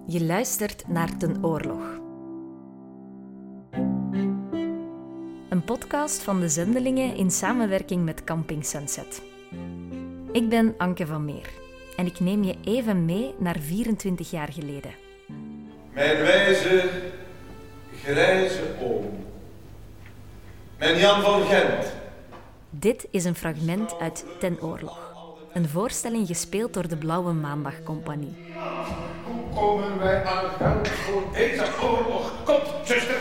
Je luistert naar Ten Oorlog. Een podcast van de Zendelingen in samenwerking met Camping Sunset. Ik ben Anke van Meer en ik neem je even mee naar 24 jaar geleden. Mijn wijze, grijze oom. Mijn Jan van Gent. Dit is een fragment uit Ten Oorlog. Een voorstelling gespeeld door de Blauwe Maandag Compagnie. Hoe komen wij aan geld voor deze oorlog? Komt, zuster!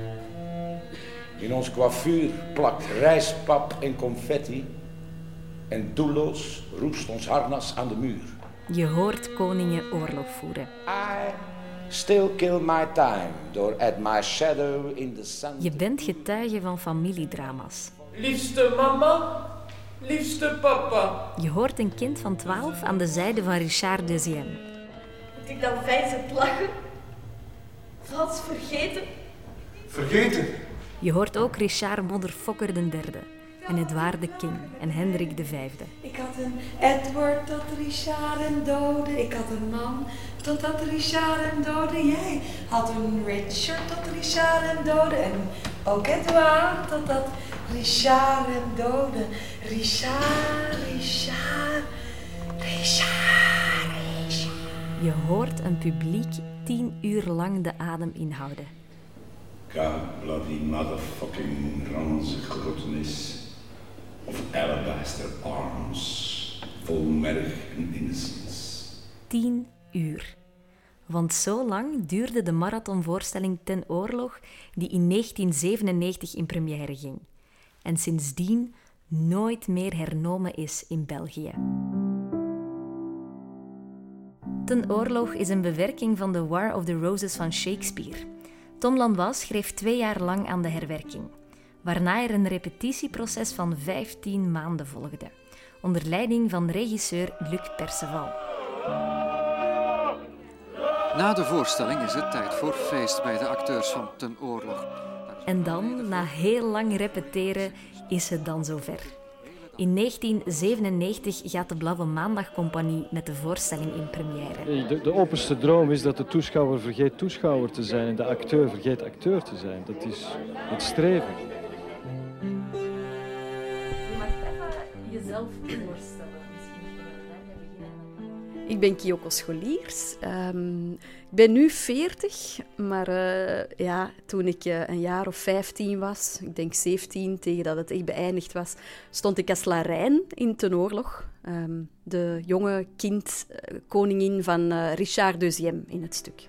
In ons coiffure plakt rijstpap en confetti. En doelloos roest ons harnas aan de muur. Je hoort koningen oorlog voeren. I still kill my time door at my shadow in the sun. Je bent getuige van familiedrama's. Liefste mama, liefste papa. Je hoort een kind van 12 aan de zijde van Richard Deuxième. Moet ik dan vijzend lachen? Frans vergeten? Vergeten? Je hoort ook Richard Modderfokker III en Edouard de King en Hendrik V. Ik had een Edward tot Richard hem doodde. Ik had een man totdat Richard hem doodde. Jij had een Richard tot Richard hem doodde. En ook Edouard totdat Richard hem doodde. Richard, Richard, Richard, Richard. Je hoort een publiek 10 uur lang de adem inhouden. God bloody motherfucking ranzig grottenis of alabaster arms vol merg en innocence. 10 uur. Want zo lang duurde de marathonvoorstelling Ten Oorlog die in 1997 in première ging. En sindsdien nooit meer hernomen is in België. Ten Oorlog is een bewerking van The War of the Roses van Shakespeare. Tom Lanois schreef 2 jaar lang aan de herwerking, waarna er een repetitieproces van 15 maanden volgde, onder leiding van regisseur Luc Perceval. Na de voorstelling is het tijd voor feest bij de acteurs van Ten Oorlog. En dan, na heel lang repeteren, is het dan zover. In 1997 gaat de Blauwe Maandag Compagnie met de voorstelling in première. De openste droom is dat de toeschouwer vergeet toeschouwer te zijn en de acteur vergeet acteur te zijn. Dat is het streven. Je mag even jezelf voorstellen. Ik ben Kyoko Scholiers. Ik ben nu 40, maar toen ik een jaar of 15 was, ik denk 17, tegen dat het echt beëindigd was, stond ik als Larijn in Ten Oorlog. De jonge koningin van Richard Deuxième in het stuk.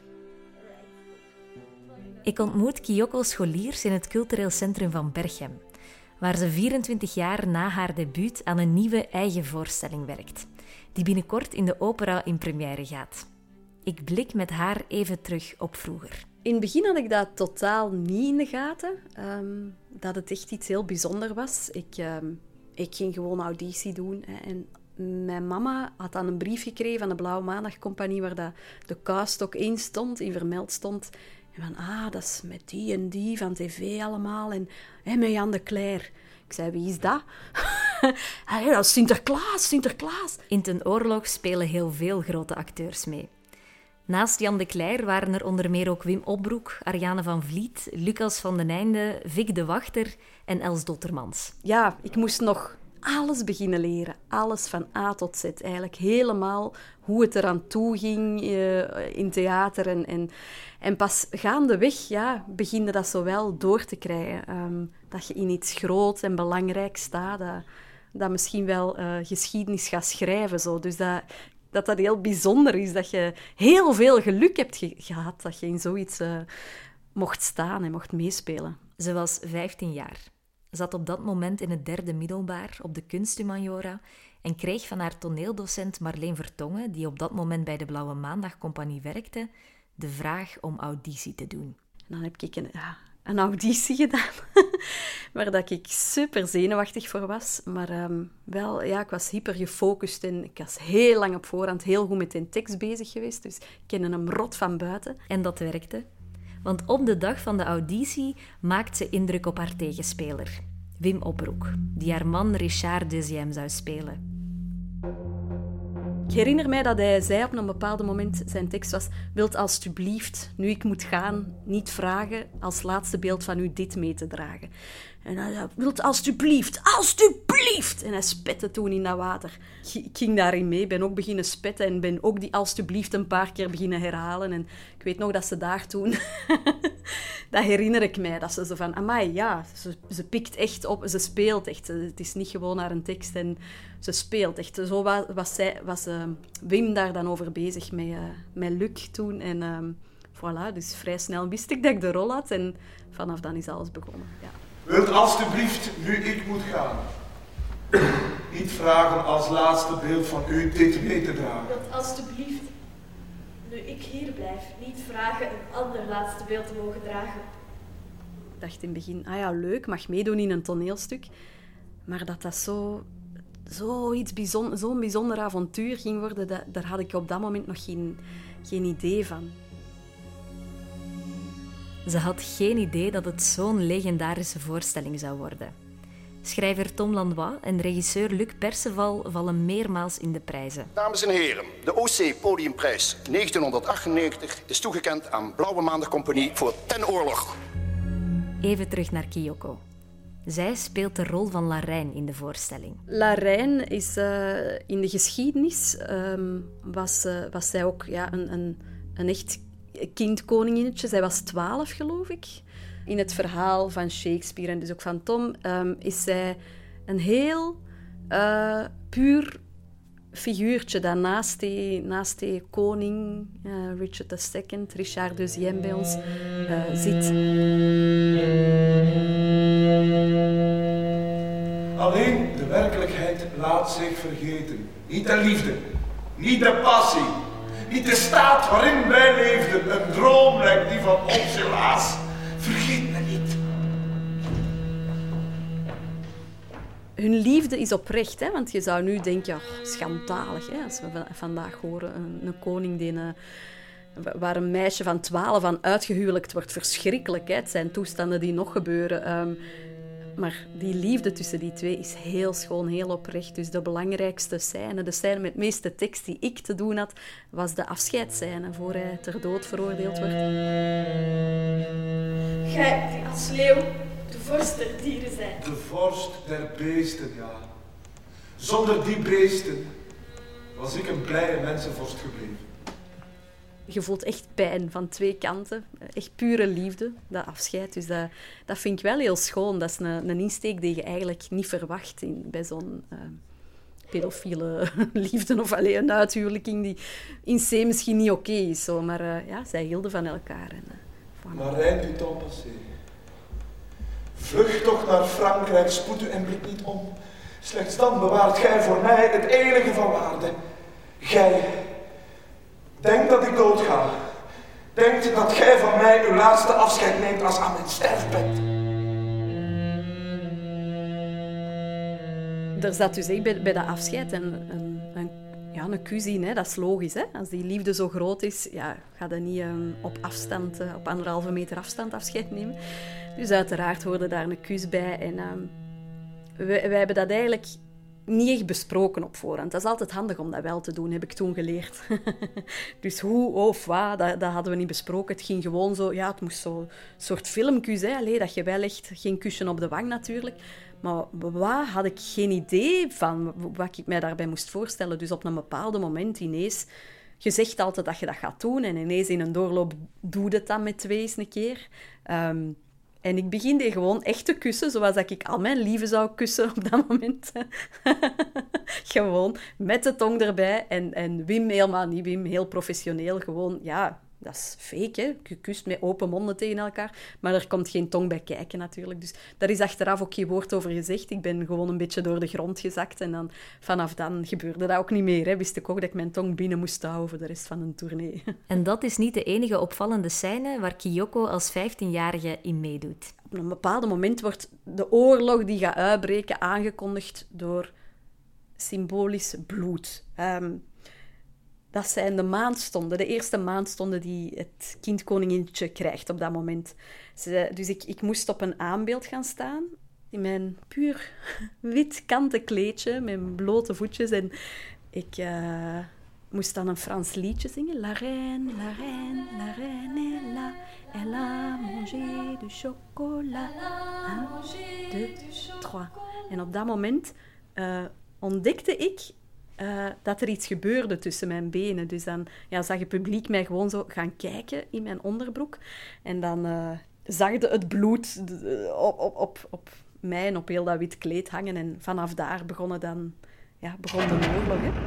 Ik ontmoet Kyoko Scholiers in het cultureel centrum van Berchem, waar ze 24 jaar na haar debuut aan een nieuwe eigen voorstelling werkt, die binnenkort in de opera in première gaat. Ik blik met haar even terug op vroeger. In het begin had ik dat totaal niet in de gaten, dat het echt iets heel bijzonders was. Ik ging gewoon auditie doen. En mijn mama had dan een brief gekregen van de Blauwe Maandag Compagnie, waar de cast ook in stond, in vermeld stond. En van, dat is met die en die van tv allemaal. En met Jan de Cler. Ik zei, wie is dat? Dat is Sinterklaas. In Ten Oorlog spelen heel veel grote acteurs mee. Naast Jan de Cler waren er onder meer ook Wim Opbroek, Ariane van Vliet, Lucas van den Einde, Vic de Wachter en Els Dottermans. Ja, ik moest nog alles beginnen leren. Alles van A tot Z. Eigenlijk helemaal hoe het eraan toe ging in theater. En pas gaandeweg beginde dat zo wel door te krijgen. Dat je in iets groots en belangrijk staat. Dat misschien wel geschiedenis gaat schrijven. Zo. Dus dat heel bijzonder is. Dat je heel veel geluk hebt gehad dat je in zoiets mocht staan en mocht meespelen. Ze was 15 jaar. Zat op dat moment in het 3e middelbaar op de kunsthumaniora en kreeg van haar toneeldocent Marleen Vertongen, die op dat moment bij de Blauwe Maandag Compagnie werkte, de vraag om auditie te doen. En dan heb ik een auditie gedaan, waar dat ik super zenuwachtig voor was. Maar ik was hyper gefocust en ik was heel lang op voorhand heel goed met de tekst bezig geweest. Dus ik kende hem rot van buiten. En dat werkte. Want op de dag van de auditie maakt ze indruk op haar tegenspeler, Wim Opbroek, die haar man Richard Deuxième zou spelen. Ik herinner mij dat hij zei op een bepaald moment, zijn tekst was: wilt alstublieft, nu ik moet gaan, niet vragen als laatste beeld van u dit mee te dragen. En hij zei: wilt alstublieft, alstublieft! En hij spette toen in dat water. Ik ging daarin mee, ben ook beginnen spetten en ben ook die alstublieft een paar keer beginnen herhalen. En ik weet nog dat ze daar toen... dat herinner ik mij, dat ze zo van... Amai, ja, ze pikt echt op, ze speelt echt. Het is niet gewoon naar een tekst en ze speelt echt. Zo was Wim daar dan over bezig met Luc toen. En voilà, dus vrij snel wist ik dat ik de rol had. En vanaf dan is alles begonnen, ja. Wilt alstublieft, nu ik moet gaan, niet vragen als laatste beeld van u dit mee te dragen. Wilt alstublieft, nu ik hier blijf, niet vragen een ander laatste beeld te mogen dragen. Ik dacht in het begin, leuk, mag meedoen in een toneelstuk. Maar dat zo'n bijzonder avontuur ging worden, daar had ik op dat moment nog geen idee van. Ze had geen idee dat het zo'n legendarische voorstelling zou worden. Schrijver Tom Lanois en regisseur Luc Perceval vallen meermaals in de prijzen. Dames en heren, de OC Podiumprijs 1998 is toegekend aan Blauwe Maandag Compagnie voor Ten Oorlog. Even terug naar Kyoko. Zij speelt de rol van Larijn in de voorstelling. Larijn is in de geschiedenis was zij ook een echt kindkoninginnetje. Zij was 12, geloof ik. In het verhaal van Shakespeare en dus ook van Tom is zij een heel puur figuurtje dat naast die koning Richard II, Richard II bij ons zit. Alleen de werkelijkheid laat zich vergeten. Niet de liefde, niet de passie, niet de staat waarin wij leefden. Een droom lijkt die van ons helaas. Vergeet me niet. Hun liefde is oprecht, hè? Want je zou nu denken, schandalig, hè? Als we vandaag horen een koning waar een meisje van 12 aan uitgehuwelijkt wordt. Verschrikkelijk, hè? Het zijn toestanden die nog gebeuren. Maar die liefde tussen die twee is heel schoon, heel oprecht. Dus de belangrijkste scène, de scène met de meeste tekst die ik te doen had, was de afscheidsscène voor hij ter dood veroordeeld werd. Gij, die als leeuw de vorst der dieren zijt. De vorst der beesten, ja. Zonder die beesten was ik een blije mensenvorst gebleven. Je voelt echt pijn van twee kanten. Echt pure liefde, dat afscheid. Dus dat vind ik wel heel schoon. Dat is een insteek die je eigenlijk niet verwacht bij zo'n pedofiele liefde of een uithuwelijking die in C misschien niet oké is. Zo. Maar zij hielden van elkaar. Marijn du temps passé. Vlucht toch naar Frankrijk, spoed u en blik niet om. Slechts dan bewaart gij voor mij het enige van waarde. Gij... Denkt dat ik doodga. Denkt dat gij van mij uw laatste afscheid neemt als aan mijn sterfbed. Er zat dus echt bij dat afscheid een kus in. Hè? Dat is logisch. Hè? Als die liefde zo groot is, ga je niet op 1,5 meter afstand afscheid nemen. Dus uiteraard hoorde daar een kus bij. En wij hebben dat eigenlijk... niet echt besproken op voorhand. Dat is altijd handig om dat wel te doen, heb ik toen geleerd. Dus hoe of wat, dat hadden we niet besproken. Het ging gewoon zo... Ja, het moest zo'n soort filmkus, hè. Allee, dat je wel echt... Geen kusje op de wang natuurlijk. Maar wat had ik geen idee van wat ik mij daarbij moest voorstellen. Dus op een bepaald moment ineens... Je zegt altijd dat je dat gaat doen en ineens in een doorloop doe je het dan met twee eens een keer. En ik beginde gewoon echt te kussen, zoals ik al mijn lieven zou kussen op dat moment. Gewoon met de tong erbij. En Wim helemaal niet. Wim heel professioneel. Gewoon, dat is fake, hè. Je kust met open monden tegen elkaar. Maar er komt geen tong bij kijken natuurlijk. Dus daar is achteraf ook geen woord over gezegd. Ik ben gewoon een beetje door de grond gezakt. En dan, vanaf dan gebeurde dat ook niet meer. Hè. Wist ik ook dat ik mijn tong binnen moest houden voor de rest van een tournee. En dat is niet de enige opvallende scène waar Kyoko als 15-jarige in meedoet. Op een bepaald moment wordt de oorlog die gaat uitbreken aangekondigd door symbolisch bloed. Dat zijn de maandstonden, de eerste maandstonden die het kindkoninginnetje krijgt op dat moment. Dus ik moest op een aanbeeld gaan staan in mijn puur wit kanten kleedje met blote voetjes. En moest dan een Frans liedje zingen. La reine, la reine, la reine est là. Elle a mangé du chocolat. 1, 2, 3. En op dat moment ontdekte ik dat er iets gebeurde tussen mijn benen. Dus dan zag het publiek mij gewoon zo gaan kijken in mijn onderbroek. En dan zag het bloed op mij en op heel dat wit kleed hangen. En vanaf daar begon de oorlog. Hè.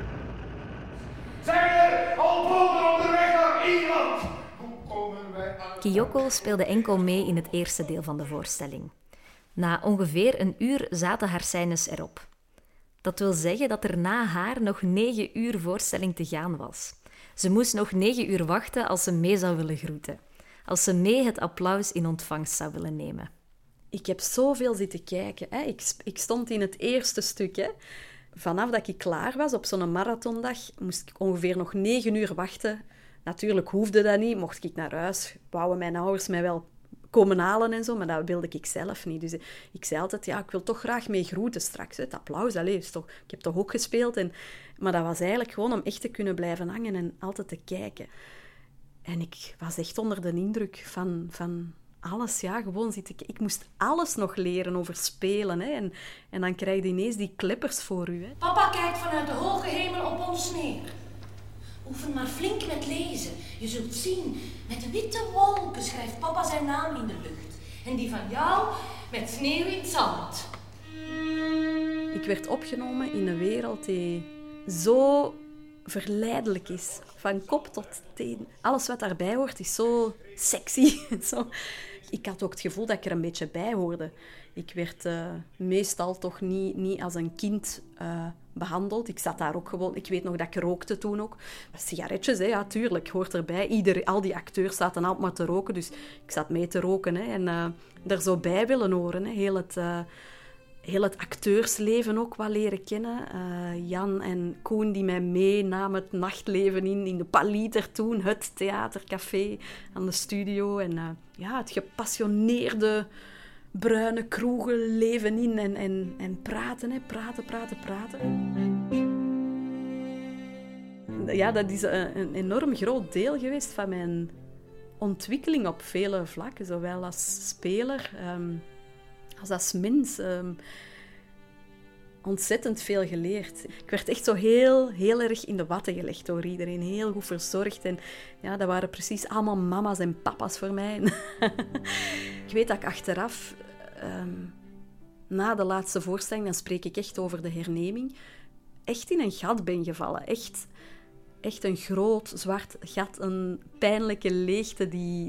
Zijn er al boten op de weg naar Ierland? Hoe komen wij aan... Kyoko speelde enkel mee in het eerste deel van de voorstelling. Na ongeveer een uur zaten haar scènes erop. Dat wil zeggen dat er na haar nog 9 uur voorstelling te gaan was. Ze moest nog 9 uur wachten als ze mee zou willen groeten. Als ze mee het applaus in ontvangst zou willen nemen. Ik heb zoveel zitten kijken. Hè. Ik stond in het eerste stuk. Hè. Vanaf dat ik klaar was op zo'n marathondag, moest ik ongeveer nog 9 uur wachten. Natuurlijk hoefde dat niet. Mocht ik naar huis, wouden mijn ouders mij wel komen halen en zo, maar dat wilde ik zelf niet. Dus ik zei altijd, ik wil toch graag mee groeten straks. Het applaus, is toch, ik heb toch ook gespeeld. Maar dat was eigenlijk gewoon om echt te kunnen blijven hangen en altijd te kijken. En ik was echt onder de indruk van alles. Ja, gewoon zitten. Ik moest alles nog leren over spelen. Hè. En dan krijg je ineens die kleppers voor u. Hè. Papa kijkt vanuit de hoge hemel op ons neer. Oefen maar flink met lezen. Je zult zien, met de witte wolken schrijft papa zijn naam in de lucht. En die van jou met sneeuw in het zand. Ik werd opgenomen in een wereld die zo verleidelijk is. Van kop tot teen. Alles wat daarbij hoort is zo sexy. Zo. Ik had ook het gevoel dat ik er een beetje bij hoorde. Ik werd meestal toch niet als een kind behandeld. Ik zat daar ook gewoon... Ik weet nog dat ik rookte toen ook. Sigaretjes, hè, ja, tuurlijk, hoort erbij. Al die acteurs zaten altijd maar te roken, dus ik zat mee te roken. Hè, en er zo bij willen horen. Hè. Heel het acteursleven ook wat leren kennen. Jan en Koen die mij meenamen het nachtleven in de Paliter toen. Het theatercafé aan de studio. En het gepassioneerde bruine kroegen leven in en praten. Hè. Praten. Ja, dat is een enorm groot deel geweest van mijn ontwikkeling op vele vlakken. Zowel als speler... als mens ontzettend veel geleerd. Ik werd echt zo heel erg in de watten gelegd door iedereen. Heel goed verzorgd. En ja, dat waren precies allemaal mama's en papa's voor mij. Ik weet dat ik achteraf, na de laatste voorstelling, dan spreek ik echt over de herneming, echt in een gat ben gevallen. Echt een groot zwart gat. Een pijnlijke leegte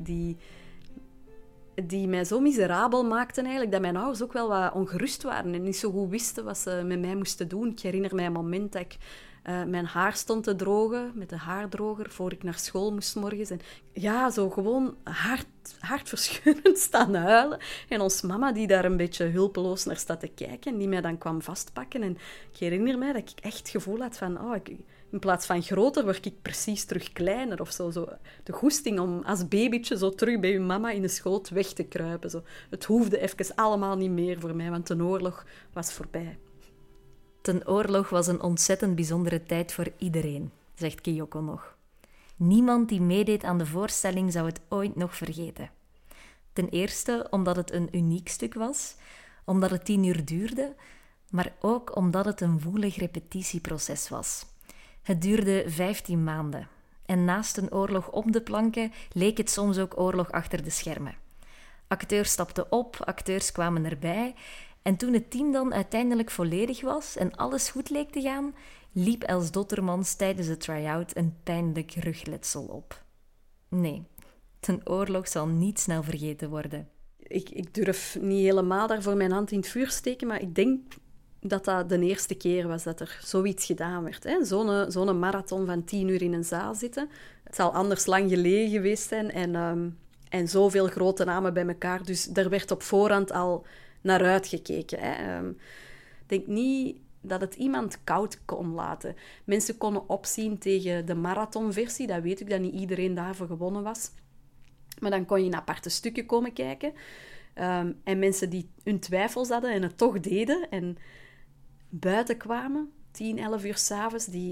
die mij zo miserabel maakten eigenlijk, dat mijn ouders ook wel wat ongerust waren en niet zo goed wisten wat ze met mij moesten doen. Ik herinner mij een moment dat ik mijn haar stond te drogen met de haardroger voor ik naar school moest morgens. En ja, zo gewoon hartverscheurend staan huilen. En ons mama die daar een beetje hulpeloos naar staat te kijken en die mij dan kwam vastpakken. En ik herinner mij dat ik echt het gevoel had van... in plaats van groter, word ik precies terug kleiner of zo. De goesting om als babytje zo terug bij je mama in de schoot weg te kruipen. Zo. Het hoefde even allemaal niet meer voor mij, want de oorlog was voorbij. De oorlog was een ontzettend bijzondere tijd voor iedereen, zegt Kyoko nog. Niemand die meedeed aan de voorstelling zou het ooit nog vergeten. Ten eerste omdat het een uniek stuk was, omdat het 10 uur duurde, maar ook omdat het een woelig repetitieproces was. Het duurde 15 maanden. En naast een oorlog op de planken leek het soms ook oorlog achter de schermen. Acteurs stapten op, acteurs kwamen erbij. En toen het team dan uiteindelijk volledig was en alles goed leek te gaan, liep Els Dottermans tijdens de try-out een pijnlijk rugletsel op. Nee, de oorlog zal niet snel vergeten worden. Ik durf niet helemaal daarvoor mijn hand in het vuur steken, maar ik denk dat de eerste keer was dat er zoiets gedaan werd. Hè? Zo'n marathon van 10 uur in een zaal zitten. Het zal anders lang geleden geweest zijn en zoveel grote namen bij elkaar. Dus er werd op voorhand al naar uitgekeken. Hè? Ik denk niet dat het iemand koud kon laten. Mensen konden opzien tegen de marathonversie. Dat weet ik, dat niet iedereen daarvoor gewonnen was. Maar dan kon je in aparte stukken komen kijken. En mensen die hun twijfels hadden en het toch deden en buiten kwamen, 10, 11 uur 's avonds, die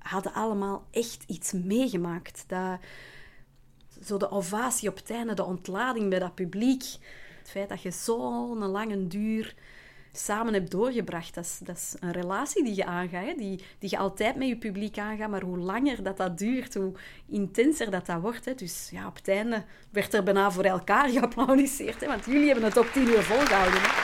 hadden allemaal echt iets meegemaakt. Zo de ovatie op het einde, de ontlading bij dat publiek. Het feit dat je zo'n lange duur samen hebt doorgebracht. Dat is een relatie die je aangaat, hè? Die je altijd met je publiek aangaat. Maar hoe langer dat duurt, hoe intenser dat wordt. Hè? Dus ja, op het einde werd er bijna voor elkaar geapplaudisseerd. Hè? Want jullie hebben het ook 10 uur volgehouden. Hè?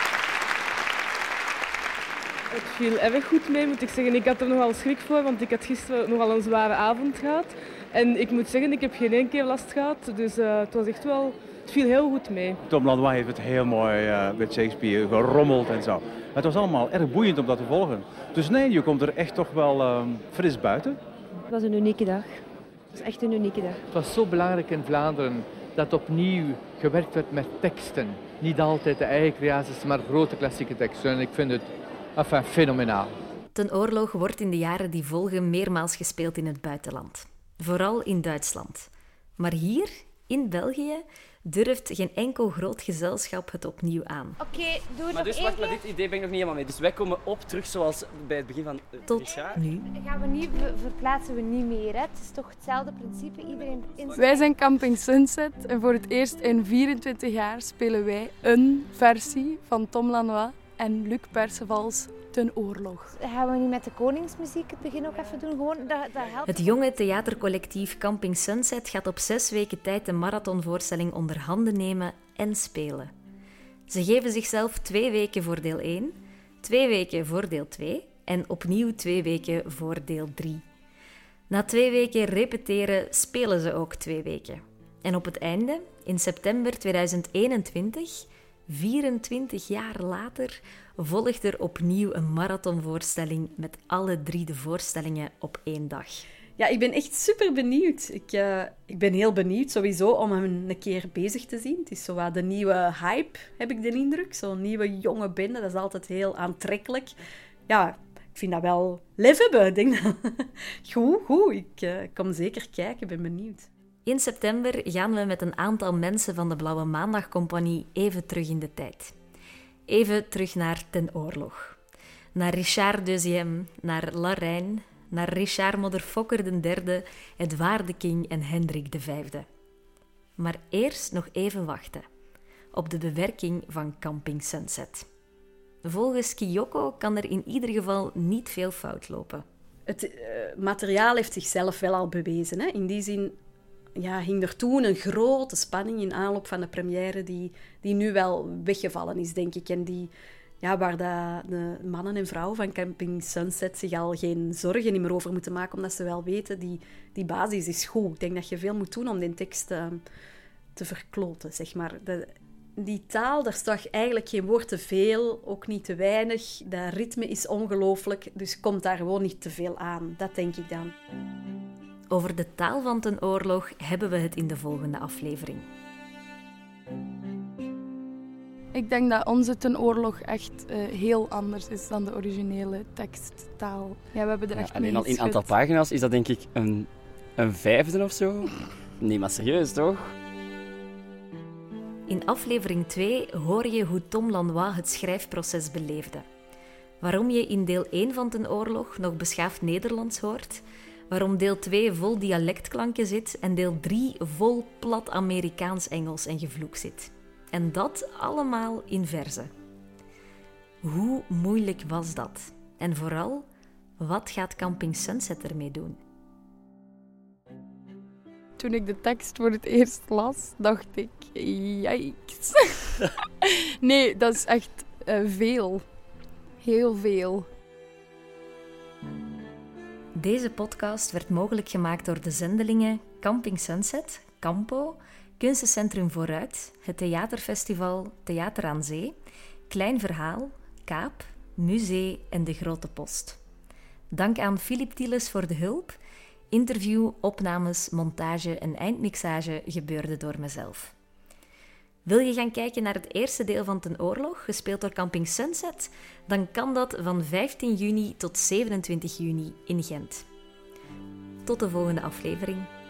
Het viel erg goed mee, moet ik zeggen. Ik had er nogal schrik voor, want ik had gisteren nogal een zware avond gehad. En ik moet zeggen, ik heb geen één keer last gehad. Dus het was echt wel... Het viel heel goed mee. Tom Lanois heeft het heel mooi met Shakespeare gerommeld en zo. Het was allemaal erg boeiend om dat te volgen. Dus nee, je komt er echt toch wel fris buiten. Het was een unieke dag. Het was echt een unieke dag. Het was zo belangrijk in Vlaanderen dat opnieuw gewerkt werd met teksten. Niet altijd de eigen creaties, maar grote klassieke teksten. En ik vind het fenomenaal. Ten Oorlog wordt in de jaren die volgen meermaals gespeeld in het buitenland. Vooral in Duitsland. Maar hier, in België, durft geen enkel groot gezelschap het opnieuw aan. Oké, doe het maar dus wacht, met dit idee ben ik nog niet helemaal mee. Dus wij komen op terug zoals bij het begin van Tot Richard. Nu. Gaan we niet verplaatsen we niet meer. Hè? Het is toch hetzelfde principe. Iedereen Wij zijn Camping Sunset en voor het eerst in 24 jaar spelen wij een versie van Tom Lanois en Luc Percevals Ten Oorlog. Gaan we niet met de koningsmuziek het begin ook even doen? Gewoon, dat helpt. Het jonge theatercollectief Camping Sunset gaat op 6 weken tijd de marathonvoorstelling onder handen nemen en spelen. Ze geven zichzelf 2 weken voor deel 1, 2 weken voor deel 2 en opnieuw 2 weken voor deel 3. Na 2 weken repeteren spelen ze ook 2 weken. En op het einde, in september 2021... 24 jaar later volgt er opnieuw een marathonvoorstelling met alle 3 de voorstellingen op 1 dag. Ja, ik ben echt super benieuwd. Ik ben heel benieuwd sowieso om hem een keer bezig te zien. Het is zo wat de nieuwe hype, heb ik de indruk. Zo'n nieuwe jonge bende, dat is altijd heel aantrekkelijk. Ja, ik vind dat wel lef hebben. Ik denk dat... Goed. Ik kom zeker kijken, ik ben benieuwd. In september gaan we met een aantal mensen van de Blauwe Maandag Compagnie even terug in de tijd. Even terug naar Ten Oorlog. Naar Richard II, naar Larijn, naar Richard Modderfokker III, Edouard de King en Hendrik V. Maar eerst nog even wachten op de bewerking van Camping Sunset. Volgens Kiyoko kan er in ieder geval niet veel fout lopen. Het materiaal heeft zichzelf wel al bewezen. Hè? In die zin... Ja, hing er toen een grote spanning in aanloop van de première die nu wel weggevallen is, denk ik. En waar de mannen en vrouwen van Camping Sunset zich al geen zorgen meer over moeten maken, omdat ze wel weten, die basis is goed. Ik denk dat je veel moet doen om die tekst te verkloten, zeg maar. Die taal, daar staat eigenlijk geen woord te veel, ook niet te weinig. Dat ritme is ongelooflijk, dus komt daar gewoon niet te veel aan. Dat denk ik dan. Over de taal van Ten Oorlog hebben we het in de volgende aflevering. Ik denk dat onze Ten Oorlog echt heel anders is dan de originele teksttaal. Ja, we hebben er echt alleen al in aantal pagina's is dat denk ik een 5e of zo. Nee, maar serieus toch? In aflevering 2 hoor je hoe Tom Lanois het schrijfproces beleefde. Waarom je in deel 1 van Ten Oorlog nog beschaafd Nederlands hoort... Waarom deel 2 vol dialectklanken zit en deel 3 vol plat Amerikaans-Engels en gevloek zit. En dat allemaal in verzen. Hoe moeilijk was dat? En vooral, wat gaat Camping Sunset ermee doen? Toen ik de tekst voor het eerst las, dacht ik, yikes. Nee, dat is echt veel. Heel veel. Deze podcast werd mogelijk gemaakt door de zendelingen Camping Sunset, Campo, Kunstencentrum Vooruit, het Theaterfestival Theater aan Zee, Klein Verhaal, Kaap, Musee en De Grote Post. Dank aan Philip Tieles voor de hulp. Interview, opnames, montage en eindmixage gebeurde door mezelf. Wil je gaan kijken naar het eerste deel van Ten Oorlog, gespeeld door Camping Sunset? Dan kan dat van 15 juni tot 27 juni in Gent. Tot de volgende aflevering.